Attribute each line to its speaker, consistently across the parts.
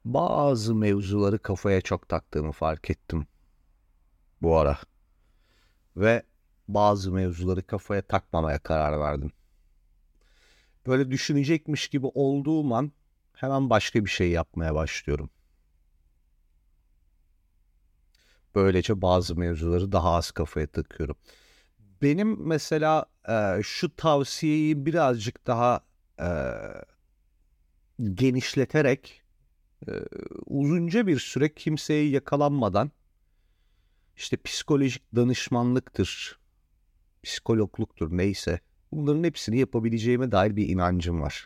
Speaker 1: Bazı mevzuları kafaya çok taktığımı fark ettim bu ara. Ve bazı mevzuları kafaya takmamaya karar verdim. Böyle düşünecekmiş gibi olduğum an hemen başka bir şey yapmaya başlıyorum. Böylece bazı mevzuları daha az kafaya takıyorum. Benim mesela şu tavsiyeyi birazcık daha e, genişleterek e, uzunca bir süre kimseye yakalanmadan işte psikolojik danışmanlıktır, psikologluktur neyse bunların hepsini yapabileceğime dair bir inancım var.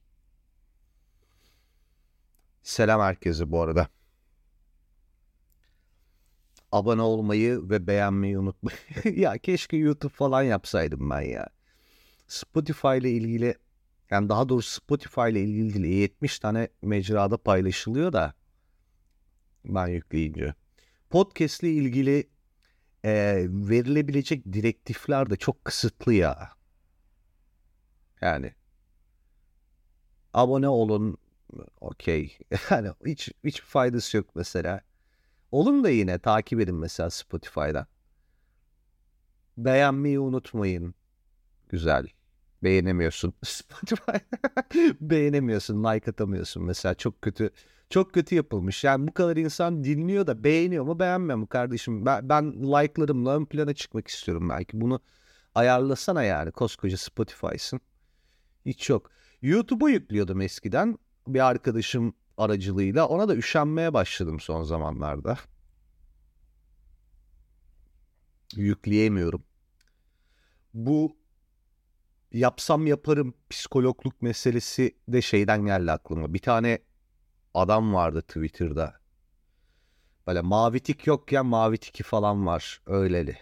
Speaker 1: Selam herkese bu arada. Abone olmayı ve beğenmeyi unutmayın. Ya keşke YouTube falan yapsaydım ben ya. Spotify ile ilgili, yani daha doğrusu Spotify ile ilgili değil, 70 tane mecrada paylaşılıyor da ben yükleyince. Podcast ile ilgili verilebilecek direktifler de çok kısıtlı ya. Yani abone olun, okey. Yani hiç faydası yok mesela. Olun da yine takip edin mesela Spotify'dan. Beğenmeyi unutmayın. Güzel. Beğenemiyorsun. Spotify. Beğenemiyorsun, like atamıyorsun mesela, çok kötü. Çok kötü yapılmış. Yani bu kadar insan dinliyor da beğeniyor mu beğenmiyor mu kardeşim? Ben like'larımla ön plana çıkmak istiyorum belki. Bunu ayarlasana yani, koskoca Spotify'sın. Hiç yok. YouTube'a yüklüyordum eskiden bir arkadaşım aracılığıyla. Ona da üşenmeye başladım son zamanlarda. Yükleyemiyorum. Bu yapsam yaparım psikologluk meselesi de şeyden geldi aklıma. Bir tane adam vardı Twitter'da. Böyle mavi tik yokken mavi tiki falan var. Öyleli.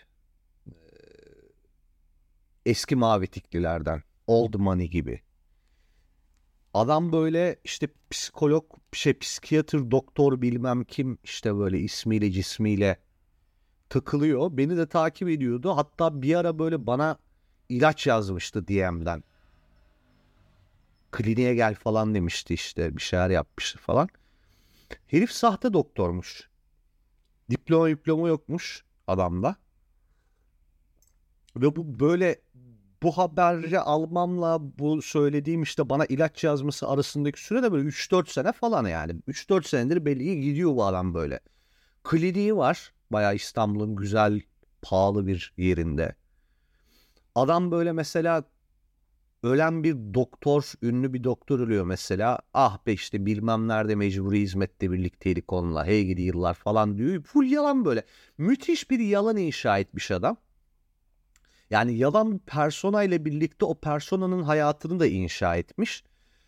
Speaker 1: Eski mavi tiklilerden. Old money gibi. Adam böyle işte psikolog, psikiyatr, doktor bilmem kim, işte böyle ismiyle cismiyle takılıyor. Beni de takip ediyordu. Hatta bir ara böyle bana ilaç yazmıştı DM'den. Kliniğe gel falan demişti, işte bir şeyler yapmıştı falan. Herif sahte doktormuş. Diploma yokmuş adamda. Ve bu böyle, bu haberi almamla bu söylediğim işte bana ilaç yazması arasındaki süre de böyle 3-4 sene falan yani. 3-4 senedir belli gidiyor bu adam böyle. Kliniği var. Bayağı İstanbul'un güzel, pahalı bir yerinde. Adam böyle mesela ölen bir doktor, ünlü bir doktor ölüyor mesela. Ah be işte bilmem nerede mecburi hizmette birlikteydik onunla. Hey gidi yıllar falan diyor. Full yalan böyle. Müthiş bir yalan inşa etmiş adam. Yani yalan bir persona ile birlikte o personanın hayatını da inşa etmiş.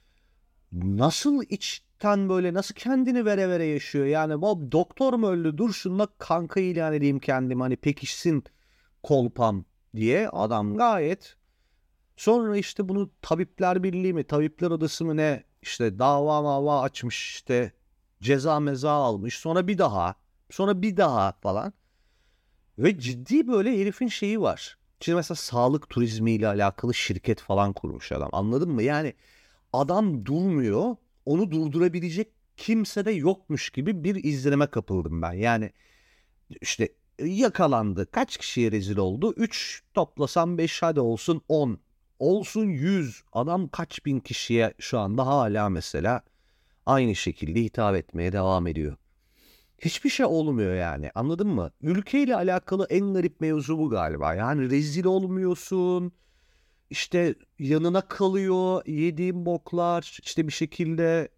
Speaker 1: Nasıl içten böyle, nasıl kendini vere vere yaşıyor. Yani bu doktor mu öldü, dur şununla kanka ilan edeyim kendimi, hani pekişsin kolpam diye adam gayet. Sonra işte bunu Tabipler Birliği mi, Tabipler Odası mı ne, işte dava açmış, işte ceza meza almış, sonra bir daha falan. Ve ciddi böyle herifin şeyi var. Şimdi mesela sağlık turizmi ile alakalı şirket falan kurmuş adam, anladın mı? Yani adam durmuyor, onu durdurabilecek kimse de yokmuş gibi bir izlenime kapıldım ben. Yani işte yakalandı. Kaç kişiye rezil oldu? 3 toplasam 5, hadi olsun 10. Olsun 100. Adam kaç bin kişiye şu anda hala mesela aynı şekilde hitap etmeye devam ediyor. Hiçbir şey olmuyor yani, anladın mı? Ülkeyle alakalı en garip mevzu bu galiba. Yani rezil olmuyorsun. İşte yanına kalıyor yediğin boklar. İşte bir şekilde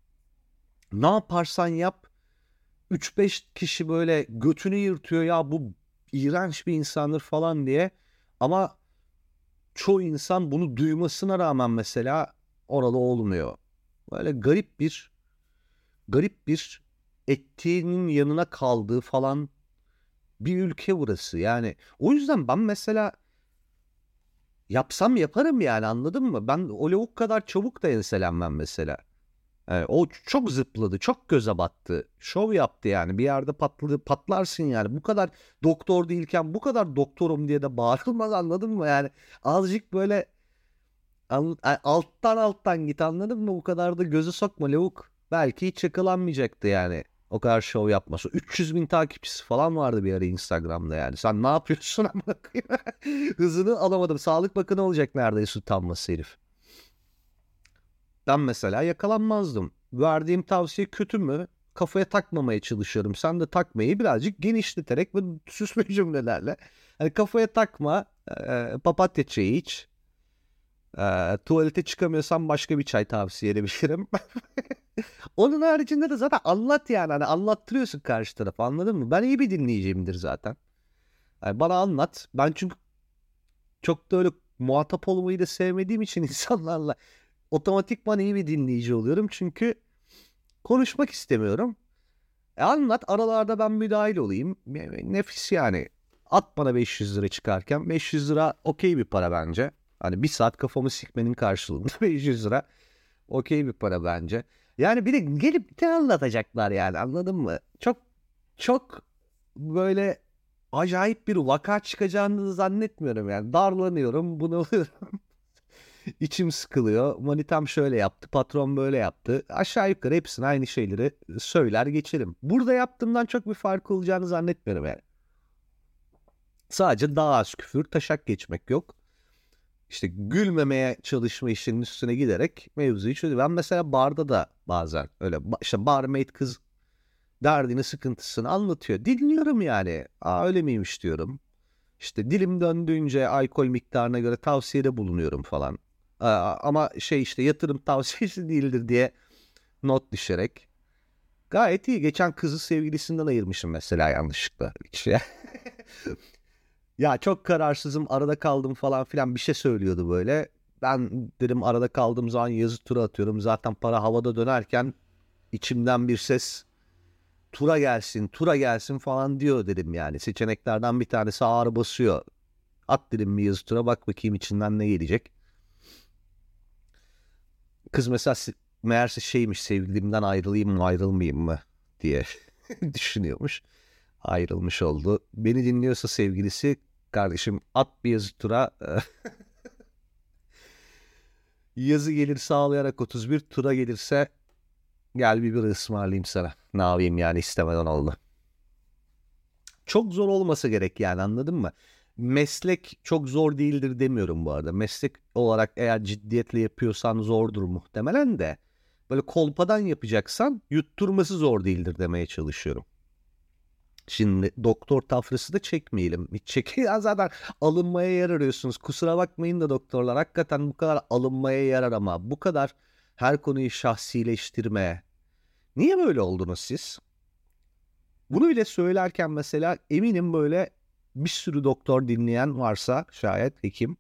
Speaker 1: ne yaparsan yap 3-5 kişi böyle götünü yırtıyor ya, bu iğrenç bir insandır falan diye. Ama çoğu insan bunu duymasına rağmen mesela orada olmuyor. Böyle garip bir ettiğinin yanına kaldığı falan bir ülke burası. Yani o yüzden ben mesela yapsam yaparım yani, anladın mı? Ben o lavuk kadar çabuk da enselenmem mesela. O çok zıpladı, çok göze battı. Şov yaptı yani. Bir yerde patladı, patlarsın yani. Bu kadar doktor değilken bu kadar doktorum diye de bağırılmaz, anladın mı? Yani azıcık böyle alttan alttan git, anladın mı? Bu kadar da gözü sokma lavuk. belki hiç yakalanmayacaktı yani. O kadar şov yapması. 300 bin takipçisi falan vardı bir ara Instagram'da yani. Sen ne yapıyorsun amına koyayım? Hızını alamadım. Sağlık Bakanı olacak neredeyse utanması herif. Ben mesela yakalanmazdım. Verdiğim tavsiye kötü mü? Kafaya takmamaya çalışıyorum. Sen de takmayı birazcık genişleterek ve süslü cümlelerle. Hani kafaya takma, papatya çayı iç. Tuvalete çıkamıyorsan başka bir çay tavsiye edebilirim. Onun haricinde de zaten anlat yani. Hani anlattırıyorsun karşı tarafa, anladın mı? Ben iyi bir dinleyiciyimdir zaten. Yani bana anlat. Ben çünkü çok da öyle muhatap olmayı da sevmediğim için insanlarla otomatikman iyi bir dinleyici oluyorum. Çünkü konuşmak istemiyorum. Anlat, aralarda ben müdahil olayım. Nefis yani. At bana 500 lira çıkarken. 500 lira okey bir para bence. Hani bir saat kafamı sikmenin karşılığında 500 lira okey bir para bence. Yani bir de gelip ne anlatacaklar yani, anladın mı? Çok çok böyle acayip bir vaka çıkacağını zannetmiyorum yani. Darlanıyorum, bunalıyorum. İçim sıkılıyor. Manitam şöyle yaptı, patron böyle yaptı. Aşağı yukarı hepsine aynı şeyleri söyler geçerim. Burada yaptığımdan çok bir fark olacağını zannetmiyorum yani. Sadece daha az küfür, taşak geçmek yok. İşte gülmemeye çalışma işinin üstüne giderek mevzuyu çözüyor. Ben mesela barda da bazen öyle işte barmaid kız derdini, sıkıntısını anlatıyor. Dinliyorum yani. Aa, öyle miymiş diyorum. İşte dilim döndüğünce alkol miktarına göre tavsiyede bulunuyorum falan. Ama şey işte yatırım tavsiyesi değildir diye not düşerek. Gayet iyi. Geçen kızı sevgilisinden ayırmışım mesela yanlışlıkla. Ya çok kararsızım, arada kaldım falan filan bir şey söylüyordu böyle. Ben dedim arada kaldığım zaman yazı tura atıyorum. Zaten para havada dönerken içimden bir ses tura gelsin, tura gelsin falan diyor dedim yani. Seçeneklerden bir tanesi ağır basıyor. At dedim bir yazı tura, bak bakayım içinden ne gelecek. Kız mesela meğerse şeymiş, sevgilimden ayrılayım mı ayrılmayayım mı diye düşünüyormuş. Ayrılmış oldu. Beni dinliyorsa sevgilisi, kardeşim at bir yazı tura. Yazı gelirse ağlayarak 31, tura gelirse gel bir ısmarlayayım sana. Ne yapayım yani, istemeden oldu. Çok zor olmasa gerek yani, anladın mı? Meslek çok zor değildir demiyorum bu arada. Meslek olarak eğer ciddiyetle yapıyorsan zordur muhtemelen de. Böyle kolpadan yapacaksan yutturması zor değildir demeye çalışıyorum. Şimdi doktor tafrası da çekmeyelim. Hiç ya zaten alınmaya yer arıyorsunuz. Kusura bakmayın da doktorlar, hakikaten bu kadar alınmaya yarar ama bu kadar her konuyu şahsileştirmeye. Niye böyle oldunuz siz? Bunu bile söylerken mesela eminim böyle bir sürü doktor dinleyen varsa şayet, hekim.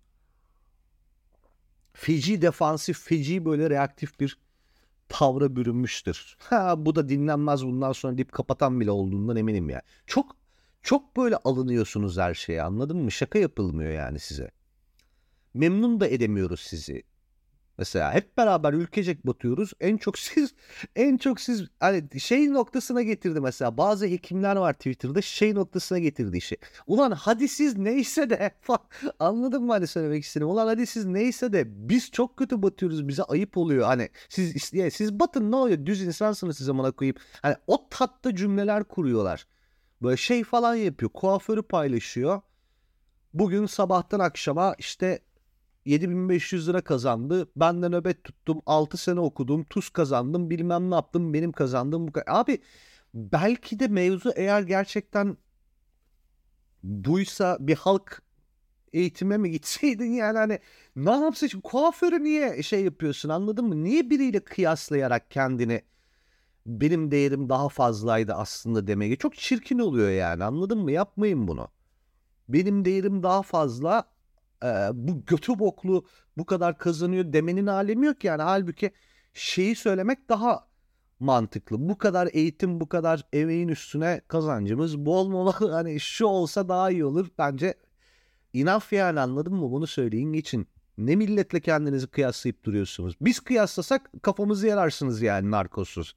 Speaker 1: Feci defansif, feci böyle reaktif bir tavra bürünmüştür. Ha, bu da dinlenmez bundan sonra deyip kapatan bile olduğundan eminim ya. Çok çok böyle alınıyorsunuz her şeye, anladın mı? Şaka yapılmıyor yani size. Memnun da edemiyoruz sizi. Mesela hep beraber ülkecek batıyoruz. En çok siz hani şey noktasına getirdi mesela. Bazı hekimler var Twitter'da, şey noktasına getirdi işi. Ulan hadi siz neyse de anladın mı hani söylemek istedim. Ulan hadi siz neyse de biz çok kötü batıyoruz. Bize ayıp oluyor. Hani siz batın, ne oluyor? Düz insansınız siz, amına koyayım. Hani o tatta cümleler kuruyorlar. Böyle şey falan yapıyor. Kuaförü paylaşıyor. Bugün sabahtan akşama işte 7.500 lira kazandı. Ben de nöbet tuttum. 6 sene okudum. Tuz kazandım. Bilmem ne yaptım. Benim kazandığım bu kadar. Abi belki de mevzu eğer gerçekten buysa bir halk eğitime mi gitseydin yani, hani ne yapsın? Kuaförü niye şey yapıyorsun, anladın mı? Niye biriyle kıyaslayarak kendini benim değerim daha fazlaydı aslında demeye. Çok çirkin oluyor yani, anladın mı? Yapmayın bunu. Benim değerim daha fazla, bu götü boklu bu kadar kazanıyor demenin alemi yok yani. Halbuki şeyi söylemek daha mantıklı. Bu kadar eğitim, bu kadar emeğin üstüne kazancımız bol olmalı. Hani şu olsa daha iyi olur. Bence enough yani, anladın mı? Bunu söyleyin geçin. Ne milletle kendinizi kıyaslayıp duruyorsunuz? Biz kıyaslasak kafamızı yararsınız yani, narkozsuz.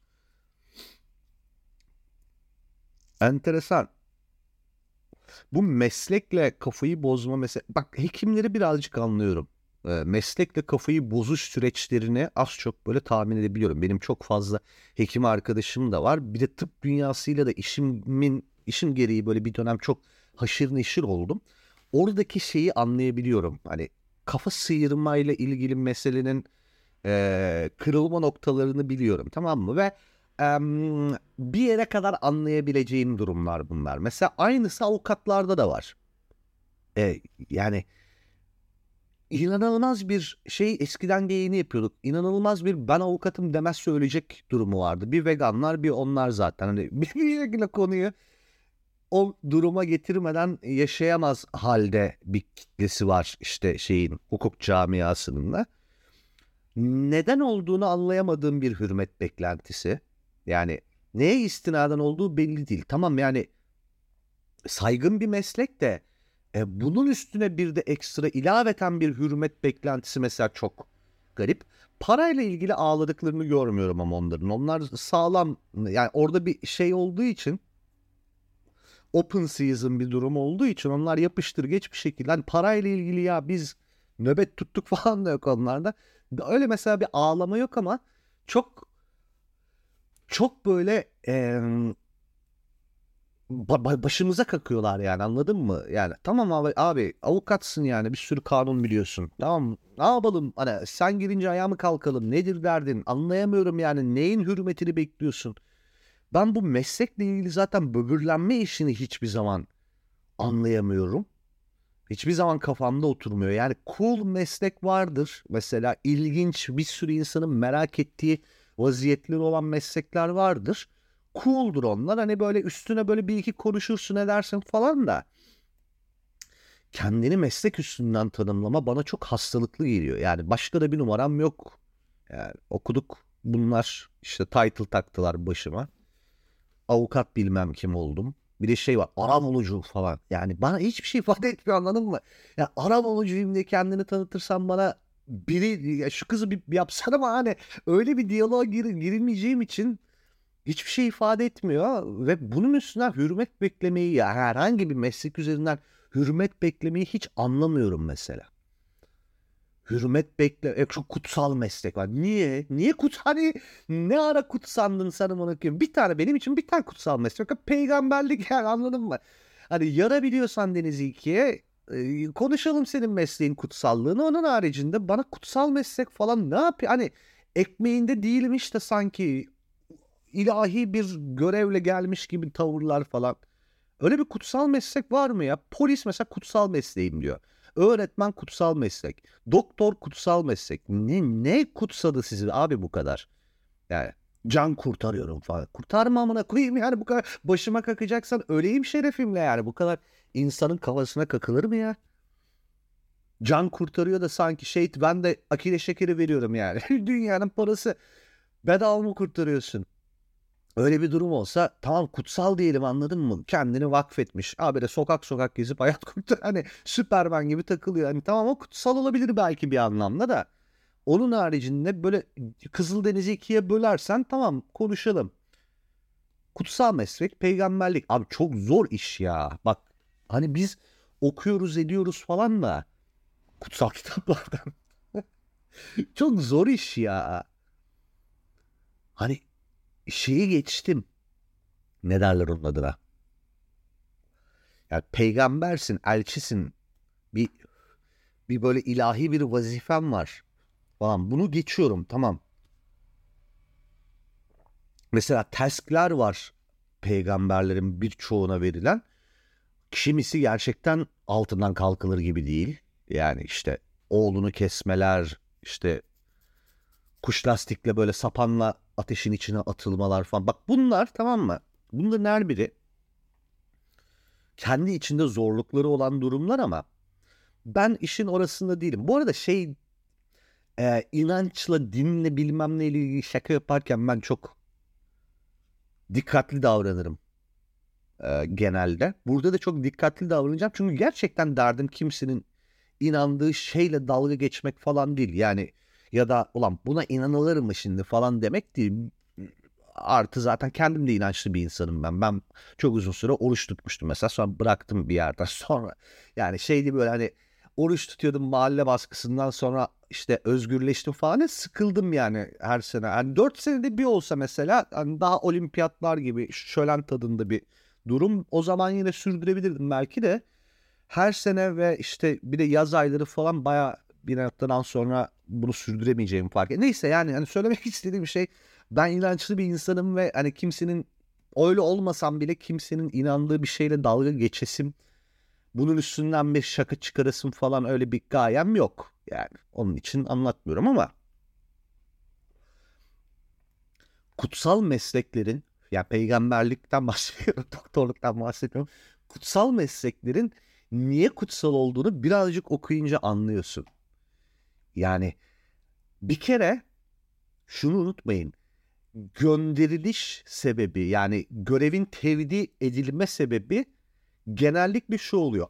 Speaker 1: Enteresan. Bu meslekle kafayı bozma mesela. Bak, hekimleri birazcık anlıyorum. meslekle kafayı bozuş süreçlerini az çok böyle tahmin edebiliyorum. Benim çok fazla hekim arkadaşım da var. Bir de tıp dünyasıyla da işim gereği böyle bir dönem çok haşır neşir oldum. Oradaki şeyi anlayabiliyorum. Hani kafa sıyırmayla ilgili meselenin kırılma noktalarını biliyorum, tamam mı? Ve bir yere kadar anlayabileceğim durumlar bunlar. Mesela aynısı avukatlarda da var. Yani inanılmaz bir şey, eskiden geyini yapıyorduk. İnanılmaz bir ben avukatım demez söyleyecek durumu vardı. Bir veganlar bir onlar zaten. Hani bir şekilde konuyu o duruma getirmeden yaşayamaz halde bir kitlesi var işte şeyin, hukuk camiasının da. Neden olduğunu anlayamadığım bir hürmet beklentisi. Yani neye istinaden olduğu belli değil. Tamam, yani saygın bir meslek de bunun üstüne bir de ekstra ilaveten bir hürmet beklentisi mesela çok garip. Parayla ilgili ağladıklarını görmüyorum ama onların. Onlar sağlam, yani orada bir şey olduğu için, open season bir durum olduğu için onlar yapıştır geç bir şekilde. Hani parayla ilgili ya biz nöbet tuttuk falan da yok onlarda. Öyle mesela bir ağlama yok ama çok çok böyle başımıza kakıyorlar yani, anladın mı? Yani tamam abi avukatsın, yani bir sürü kanun biliyorsun. Tamam, ne yapalım, hani sen girince ayağa mı kalkalım, nedir derdin, anlayamıyorum yani, neyin hürmetini bekliyorsun? Ben bu meslekle ilgili zaten böbürlenme işini hiçbir zaman anlayamıyorum. Hiçbir zaman kafamda oturmuyor. Yani cool meslek vardır. Mesela ilginç, bir sürü insanın merak ettiği vaziyetleri olan meslekler vardır. Cool'dur onlar. Hani böyle üstüne böyle bir iki konuşursun edersin falan da. Kendini meslek üstünden tanımlama bana çok hastalıklı geliyor. Yani başka da bir numaram yok. Yani okuduk, bunlar işte title taktılar başıma. Avukat bilmem kim oldum. Bir de şey var, arabulucu falan. Yani bana hiçbir şey ifade etmiyor, anladın mı? Ya arabulucuyum diye kendini tanıtırsan bana, biri ya şu kızı bir yapsana, ama hani öyle bir diyaloğa girilmeyeceğim için hiçbir şey ifade etmiyor. Ve bunun üstünden hürmet beklemeyi, ya herhangi bir meslek üzerinden hürmet beklemeyi hiç anlamıyorum mesela. Hürmet bekle. Çok kutsal meslek var. Niye? Niye hani ne ara kutsandın sen amına koyayım? Bir tane, benim için bir tane kutsal meslek. Peygamberlik, yani anladın mı? Hani yarabiliyorsan denizi ikiye, konuşalım senin mesleğin kutsallığını. Onun haricinde bana kutsal meslek falan ne yapıyor? Hani ekmeğinde değilim işte, sanki ilahi bir görevle gelmiş gibi tavırlar falan. Öyle bir kutsal meslek var mı ya? Polis mesela kutsal mesleğim diyor. Öğretmen kutsal meslek. Doktor kutsal meslek. Ne kutsadı sizi abi bu kadar? Yani can kurtarıyorum falan. Kurtarma amına koyayım yani, bu kadar başıma kakacaksan öleyim şerefimle yani. Bu kadar insanın kafasına kakılır mı ya? Can kurtarıyor da sanki şey, ben de akile şekeri veriyorum yani. Dünyanın parası, bedava mı kurtarıyorsun? Öyle bir durum olsa tamam, kutsal diyelim, anladın mı? Kendini vakfetmiş. Abi de sokak sokak gezip hayat kurtar. Hani Süperman gibi takılıyor. Hani tamam, o kutsal olabilir belki bir anlamda da. Onun haricinde böyle Kızıldeniz'i ikiye bölersen tamam, konuşalım. Kutsal meslek, peygamberlik. Abi çok zor iş ya. Bak hani biz okuyoruz ediyoruz falan da kutsal kitaplardan. Çok zor iş ya. Hani şeyi geçtim. Ne derler onun adına? Yani peygambersin, elçisin. Bir bir böyle ilahi bir vazifem var falan. Bunu geçiyorum, tamam. Mesela task'ler var peygamberlerin birçoğuna verilen. Kimisi gerçekten altından kalkılır gibi değil. Yani işte oğlunu kesmeler, işte kuş lastikle böyle sapanla ateşin içine atılmalar falan. Bak bunlar, tamam mı? Bunların her biri kendi içinde zorlukları olan durumlar ama ben işin orasında değilim. Bu arada şey, inançla, dinle bilmem neyle ilgili şaka yaparken ben çok dikkatli davranırım genelde. Burada da çok dikkatli davranacağım. Çünkü gerçekten derdim kimsenin inandığı şeyle dalga geçmek falan değil. Yani ya da ulan buna inanılır mı şimdi falan demek değil. Artı zaten kendim de inançlı bir insanım ben. Ben çok uzun süre oruç tutmuştum mesela. Sonra bıraktım bir yerden sonra. Yani şeydi böyle, hani oruç tutuyordum mahalle baskısından sonra işte özgürleştim falan. Sıkıldım yani her sene. Yani 4 senede bir olsa mesela hani daha olimpiyatlar gibi şölen tadında bir durum. O zaman yine sürdürebilirdim belki de. Her sene ve işte bir de yaz ayları falan bayağı bir noktadan sonra bunu sürdüremeyeceğimi fark ettim. Neyse yani hani söylemek istediğim şey, ben inançlı bir insanım ve hani kimsenin, öyle olmasam bile kimsenin inandığı bir şeyle dalga geçesim, bunun üstünden bir şaka çıkarasım falan öyle bir gayem yok. Yani onun için anlatmıyorum ama kutsal mesleklerin, ya peygamberlikten bahsediyorum, doktorluktan bahsediyorum. Kutsal mesleklerin niye kutsal olduğunu birazcık okuyunca anlıyorsun. Yani bir kere şunu unutmayın. Gönderiliş sebebi, yani görevin tevdi edilme sebebi genellikle şu oluyor.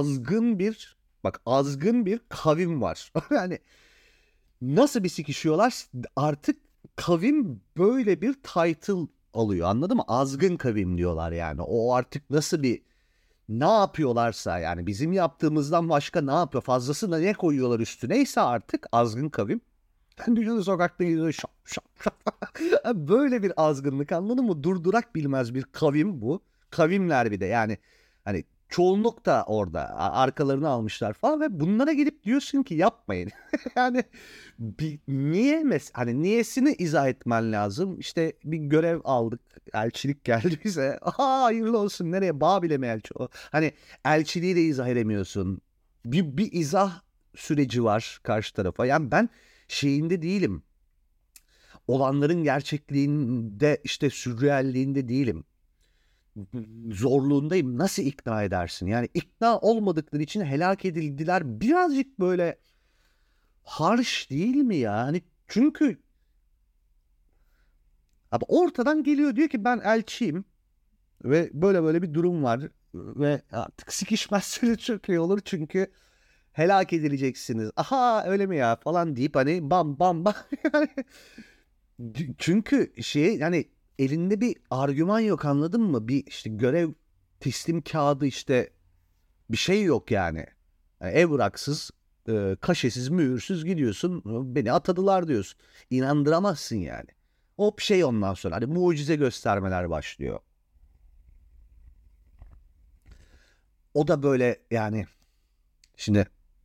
Speaker 1: Azgın bir kavim var. Yani nasıl bir sikişiyorlar? Artık kavim böyle bir title alıyor, anladın mı? Azgın kavim diyorlar yani. O artık nasıl bir, ne yapıyorlarsa yani bizim yaptığımızdan başka ne yapıyor? Fazlasına ne koyuyorlar üstüneyse artık azgın kavim. Ben düşünün, sokakta gidiyor şap şap şap. Böyle bir azgınlık, anladın mı? Durdurak bilmez bir kavim bu. Kavimler bir de yani hani çoğunluk da orada arkalarını almışlar falan ve bunlara gelip diyorsun ki yapmayın. Yani niye hani niyesini izah etmen lazım. İşte bir görev aldık. Elçilik geldi bize. Aha, hayırlı olsun. Nereye? Babil'e mi elçi o? Hani elçiliği de izah edemiyorsun. Bir izah süreci var karşı tarafa. Yani ben şeyinde değilim. Olanların gerçekliğinde, işte sürrealliğinde değilim. Zorluğundayım. Nasıl ikna edersin? Yani ikna olmadıkları için helak edildiler. Birazcık böyle harsh değil mi ya? Hani çünkü abi ortadan geliyor, diyor ki ben elçiyim ve böyle böyle bir durum var ve artık sikişmezseniz çok iyi olur çünkü helak edileceksiniz. Aha öyle mi ya falan deyip hani bam bam bam. Yani çünkü şey yani elinde bir argüman yok, anladın mı? Bir işte görev teslim kağıdı, işte bir şey yok yani. Yani evraksız, kaşesiz, mühürsüz gidiyorsun. Beni atadılar diyorsun. İnandıramazsın yani. Hop şey, ondan sonra hani mucize göstermeler başlıyor. O da böyle yani şimdi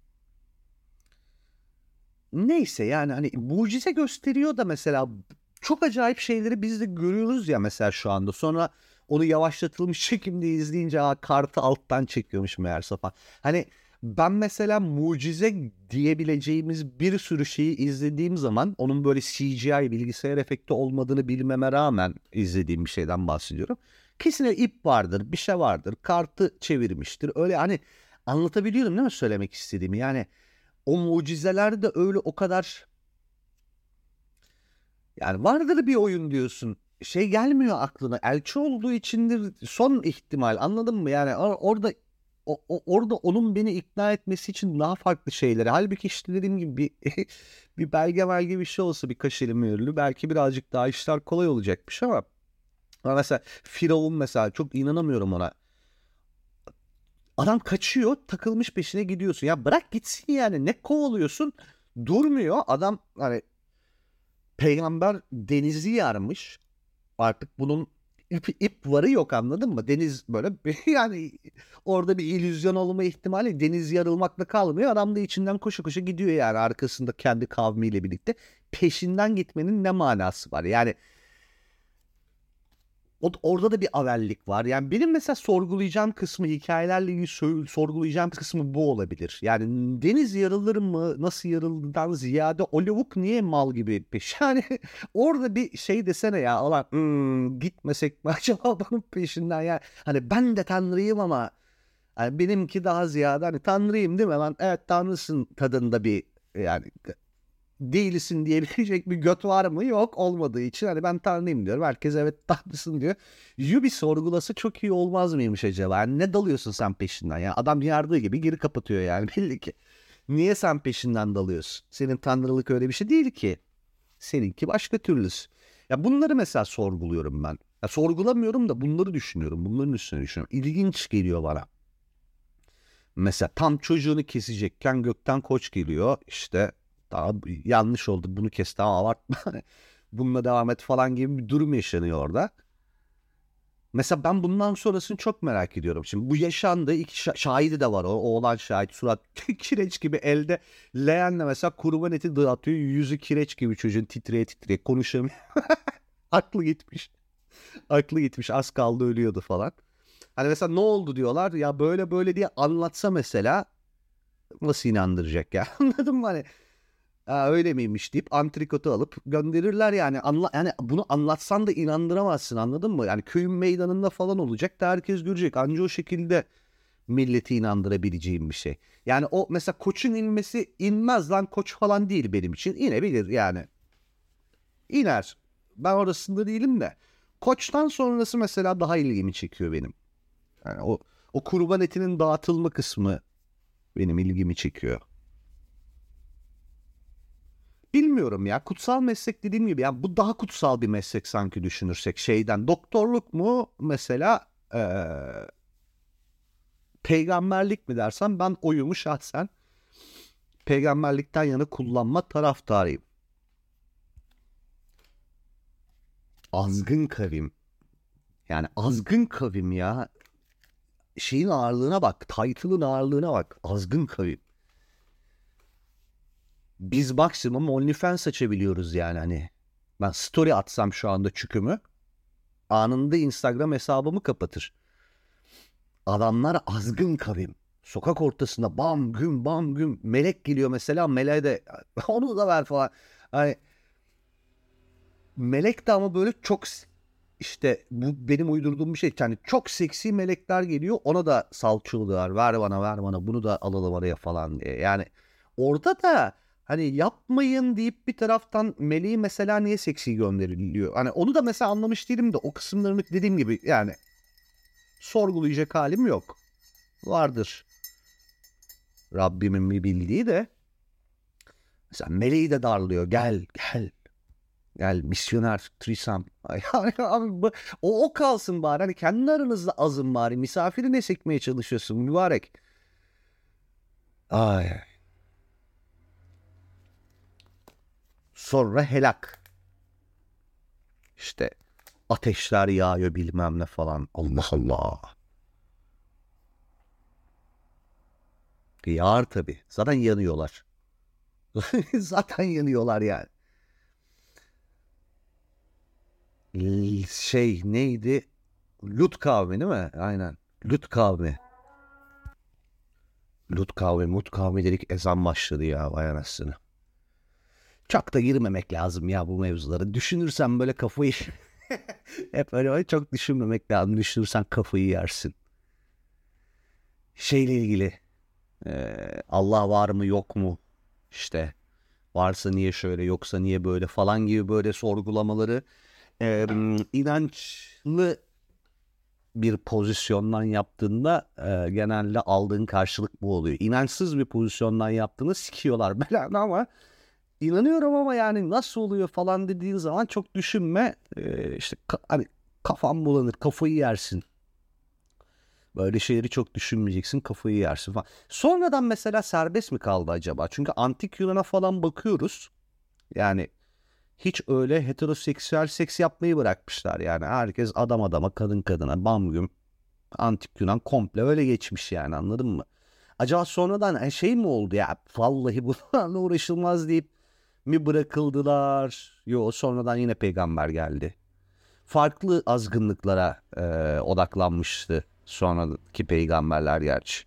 Speaker 1: neyse yani hani mucize gösteriyor da mesela çok acayip şeyleri biz de görüyoruz ya mesela şu anda. Sonra onu yavaşlatılmış şekilde izleyince kartı alttan çekiyormuş meğerse falan. Hani ben mesela mucize diyebileceğimiz bir sürü şeyi izlediğim zaman, onun böyle CGI, bilgisayar efekti olmadığını bilmeme rağmen izlediğim bir şeyden bahsediyorum. Kesin ip vardır, bir şey vardır, kartı çevirmiştir. Öyle hani, anlatabiliyorum değil mi söylemek istediğimi? Yani o mucizeler de öyle o kadar, yani vardır bir oyun diyorsun. Şey gelmiyor aklına. Elçi olduğu içindir son ihtimal. Anladın mı? Yani orada orada onun beni ikna etmesi için daha farklı şeyleri. Halbuki işte dediğim gibi bir bir belge bir şey olsa, bir kaşeli mühürlü, belki birazcık daha işler kolay olacakmış ama mesela Firavun mesela, çok inanamıyorum ona. Adam kaçıyor, takılmış peşine gidiyorsun. Ya bırak gitsin yani. Ne kovalıyorsun? Durmuyor. Adam hani peygamber denizi yarmış. Artık bunun ip varı yok, anladın mı? Deniz böyle yani orada bir illüzyon olma ihtimali, deniz yarılmakla kalmıyor. Adam da içinden koşu koşu gidiyor yani, arkasında kendi kavmiyle birlikte. Peşinden gitmenin ne manası var? Yani orada da bir avellik var. Yani benim mesela sorgulayacağım kısmı, hikayelerle ilgili sorgulayacağım kısmı bu olabilir. Yani deniz yarılır mı, nasıl yarıldığından ziyade o lavuk niye mal gibi peş. Yani orada bir şey desene ya, Allah gitmesek mi acaba bunun peşinden ya. Hani ben de tanrıyım ama hani benimki daha ziyade hani tanrıyım değil mi lan? Evet tanrısın tadında bir, yani değilsin diyebilecek bir göt var mı? Yok, olmadığı için hani ben tanrıyım diyorum. Herkes evet tanrısın diyor. Bir sorgulası çok iyi olmaz mıymış acaba? Yani ne dalıyorsun sen peşinden ya? Adam yardığı gibi geri kapatıyor yani belli ki. Niye sen peşinden dalıyorsun? Senin tanrılık öyle bir şey değil ki. Seninki başka türlüsü. Ya bunları mesela sorguluyorum ben. Ya sorgulamıyorum da bunları düşünüyorum. Bunların üstüne düşünüyorum. İlginç geliyor bana. Mesela tam çocuğunu kesecekken gökten koç geliyor. İşte daha yanlış oldu, bunu kes, tamam abartma. Bununla devam et falan gibi bir durum yaşanıyor orada. Mesela ben bundan sonrasını çok merak ediyorum. Şimdi bu yaşandı. İki şahidi de var. O oğlan şahit. Surat kireç gibi, elde leğenle mesela kurban eti dağıtıyor. Yüzü kireç gibi, çocuğun titreye titreye konuşamıyor. Aklı gitmiş. Aklı gitmiş. Az kaldı ölüyordu falan. Hani mesela ne oldu diyorlar. Ya böyle böyle diye anlatsa mesela nasıl inandıracak ya? Anladın mı hani? Ha, öyle miymiş deyip antrikotu alıp gönderirler yani. Yani bunu anlatsan da inandıramazsın, anladın mı? Yani köyün meydanında falan olacak da herkes görecek. Anca o şekilde milleti inandırabileceğim bir şey. Yani o mesela koçun inmesi, inmez lan koç falan değil benim için. İnebilir yani. İner. Ben orasında değilim de. Koçtan sonrası mesela daha ilgimi çekiyor benim. Yani o kurban etinin dağıtılma kısmı benim ilgimi çekiyor. Bilmiyorum ya, kutsal meslek dediğim gibi ya, bu daha kutsal bir meslek sanki düşünürsek şeyden. Doktorluk mu mesela, peygamberlik mi dersen, ben oyumu şahsen peygamberlikten yana kullanma taraftarıyım. Azgın kavim, yani azgın kavim ya, şeyin ağırlığına bak, title'ın ağırlığına bak, azgın kavim. Biz maksimum OnlyFans açabiliyoruz yani, hani ben story atsam şu anda çükümü, anında Instagram hesabımı kapatır. Adamlar azgın kavim. Sokak ortasında bam güm bam güm. Melek geliyor mesela. Meleğe de onu da ver falan. Hani melek de ama böyle çok, işte bu benim uydurduğum bir şey. Yani çok seksi melekler geliyor. Ona da salçılıyorlar. Ver bana ver bana, bunu da alalım araya falan diye. Yani orada da hani yapmayın deyip bir taraftan meleği mesela niye seksi gönderiliyor? Hani onu da mesela anlamış değilim de, o kısımlarını dediğim gibi yani sorgulayacak halim yok. Vardır Rabbimin bir bildiği de, mesela meleği de darlıyor. Gel gel gel misyoner trisam. Yani abi o kalsın bari. Hani kendi aranızda azın bari. Misafiri ne sekmeye çalışıyorsun mübarek. Ay. Sonra helak. İşte ateşler yağıyor bilmem ne falan. Allah Allah. Yağar tabii. Zaten yanıyorlar. Zaten yanıyorlar yani. Şey neydi? Lut kavmi değil mi? Aynen. Lut kavmi. Lut kavmi, Mut kavmi dedik, ezan başladı ya, vay anasını. Çok da girmemek lazım ya bu mevzuları. Düşünürsen böyle kafayı hep öyle çok düşünmemek lazım. Düşünürsen kafayı yersin. Şeyle ilgili Allah var mı yok mu? İşte varsa niye şöyle, yoksa niye böyle falan gibi böyle sorgulamaları inançlı bir pozisyondan yaptığında genelde aldığın karşılık bu oluyor. İnançsız bir pozisyondan yaptığını sikiyorlar belanı, ama İnanıyorum ama yani nasıl oluyor falan dediğin zaman çok düşünme. İşte hani kafan bulanır, kafayı yersin. Böyle şeyleri çok düşünmeyeceksin, kafayı yersin falan. Sonradan mesela serbest mi kaldı acaba? Çünkü antik Yunan'a falan bakıyoruz. Yani hiç öyle heteroseksüel seks yapmayı bırakmışlar. Yani herkes adam adama, kadın kadına, bam güm. Antik Yunan komple öyle geçmiş yani, anladın mı? Acaba sonradan şey mi oldu ya, vallahi bunlarla uğraşılmaz deyip mi bırakıldılar? Yo, sonradan yine peygamber geldi. Farklı azgınlıklara odaklanmıştı sonraki peygamberler gerçi.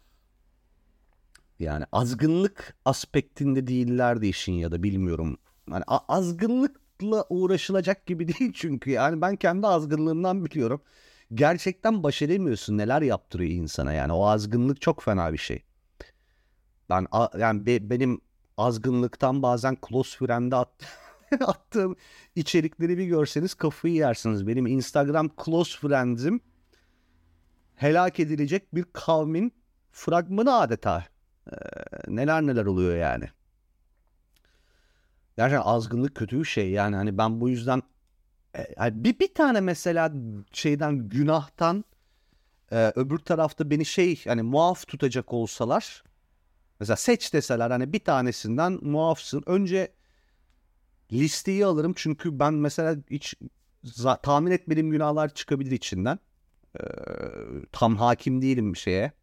Speaker 1: Yani azgınlık aspektinde değillerdi işin, ya da bilmiyorum. Hani azgınlıkla uğraşılacak gibi değil çünkü. Yani ben kendi azgınlığımdan biliyorum. Gerçekten baş edemiyorsun, neler yaptırıyor insana yani. O azgınlık çok fena bir şey. Ben yani benim azgınlıktan bazen close friend'e attığım içerikleri bir görseniz kafayı yersiniz. Benim Instagram close friends'im helak edilecek bir kavmin fragmanı adeta. Neler neler oluyor yani. Gerçekten azgınlık kötü bir şey yani, hani ben bu yüzden hani bir tane mesela şeyden, günahtan öbür tarafta beni hani muaf tutacak olsalar, mesela seç deseler hani bir tanesinden muafsın. Önce listeyi alırım çünkü ben mesela hiç tahmin etmediğim günahlar çıkabilir içinden. Ee, Tam hakim değilim şeye,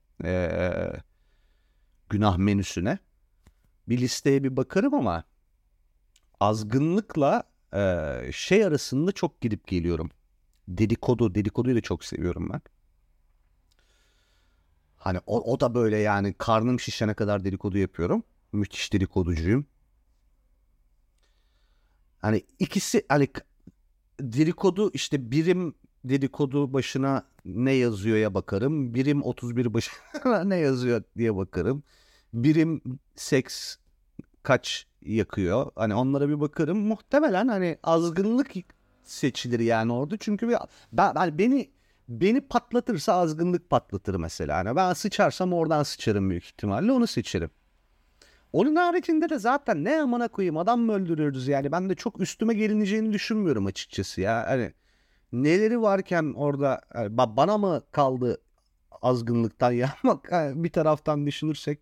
Speaker 1: günah menüsüne. Bir listeye bir bakarım ama azgınlıkla şey arasında çok gidip geliyorum. Dedikoduyu da çok seviyorum ben. Hani o da böyle yani karnım şişene kadar dedikodu yapıyorum. Müthiş dedikoducuyum. Hani ikisi hani dedikodu işte birim dedikodu başına ne yazıyor'ya bakarım. Birim 31 başına ne yazıyor diye bakarım. Birim seks kaç yakıyor. Hani onlara bir bakarım. Muhtemelen hani azgınlık seçilir yani orada. Çünkü ben beni patlatırsa azgınlık patlatır mesela. Hani ben sıçarsam oradan sıçarım büyük ihtimalle. Onu seçerim. Onun haricinde de zaten ne amına koyayım adam mı öldürüyoruz yani. Ben de çok üstüme gelineceğini düşünmüyorum açıkçası ya. Hani neleri varken orada yani bana mı kaldı azgınlıktan ya? Bak yani bir taraftan düşünürsek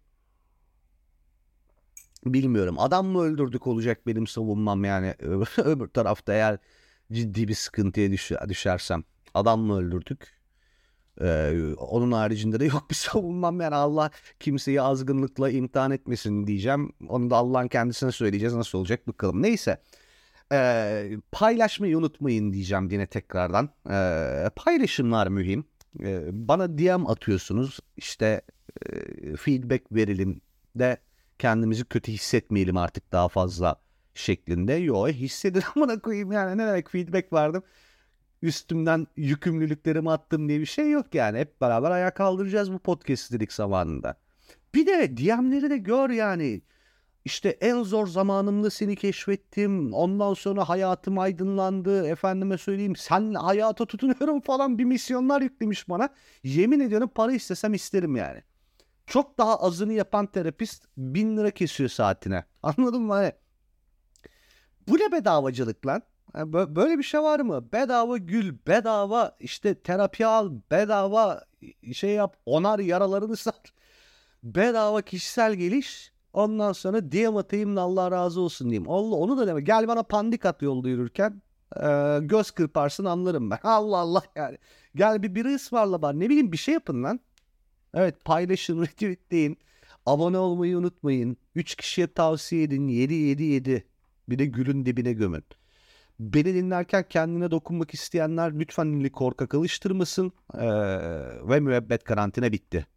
Speaker 1: bilmiyorum. Adam mı öldürdük olacak benim savunmam yani. Öbür tarafta eğer ciddi bir sıkıntıya düşersem. Adam mı öldürdük? Onun haricinde de yok bir savunmam yani. Allah kimseyi azgınlıkla imtihan etmesin diyeceğim. Onu da Allah'ın kendisine söyleyeceğiz. Nasıl olacak bakalım. Neyse. Paylaşmayı unutmayın diyeceğim yine tekrardan. Paylaşımlar mühim. Bana DM atıyorsunuz. İşte feedback verelim de kendimizi kötü hissetmeyelim artık daha fazla şeklinde. Yo hissedin amına koyayım yani ne demek feedback verdim. Üstümden yükümlülüklerimi attım diye bir şey yok yani. Hep beraber ayağa kaldıracağız bu podcast dedik zamanında. Bir de DM'leri de gör yani. İşte en zor zamanımda seni keşfettim. Ondan sonra hayatım aydınlandı. Efendime söyleyeyim sen hayata tutunuyorum falan bir misyonlar yüklemiş bana. Yemin ediyorum para istesem isterim yani. Çok daha azını yapan terapist 1.000 lira kesiyor saatine. Anladın mı? Hani, bu ne bedavacılık lan? Böyle bir şey var mı? Bedava gül, bedava işte terapi al, bedava şey yap, onar yaralarını sar. Bedava kişisel geliş. Ondan sonra DM atayım da Allah razı olsun diyeyim. Allah onu da deme. Gel bana pandik at yolda yürürken. Göz kırparsın anlarım ben. Allah Allah yani. Gel bir biri ısmarla bana. Ne bileyim bir şey yapın lan. Evet paylaşın, retweetleyin. Abone olmayı unutmayın. 3 kişiye tavsiye edin. 7. Bir de gülün dibine gömün. Beni dinlerken kendine dokunmak isteyenler lütfen korkak alıştırmasın. Ve müebbet karantina bitti.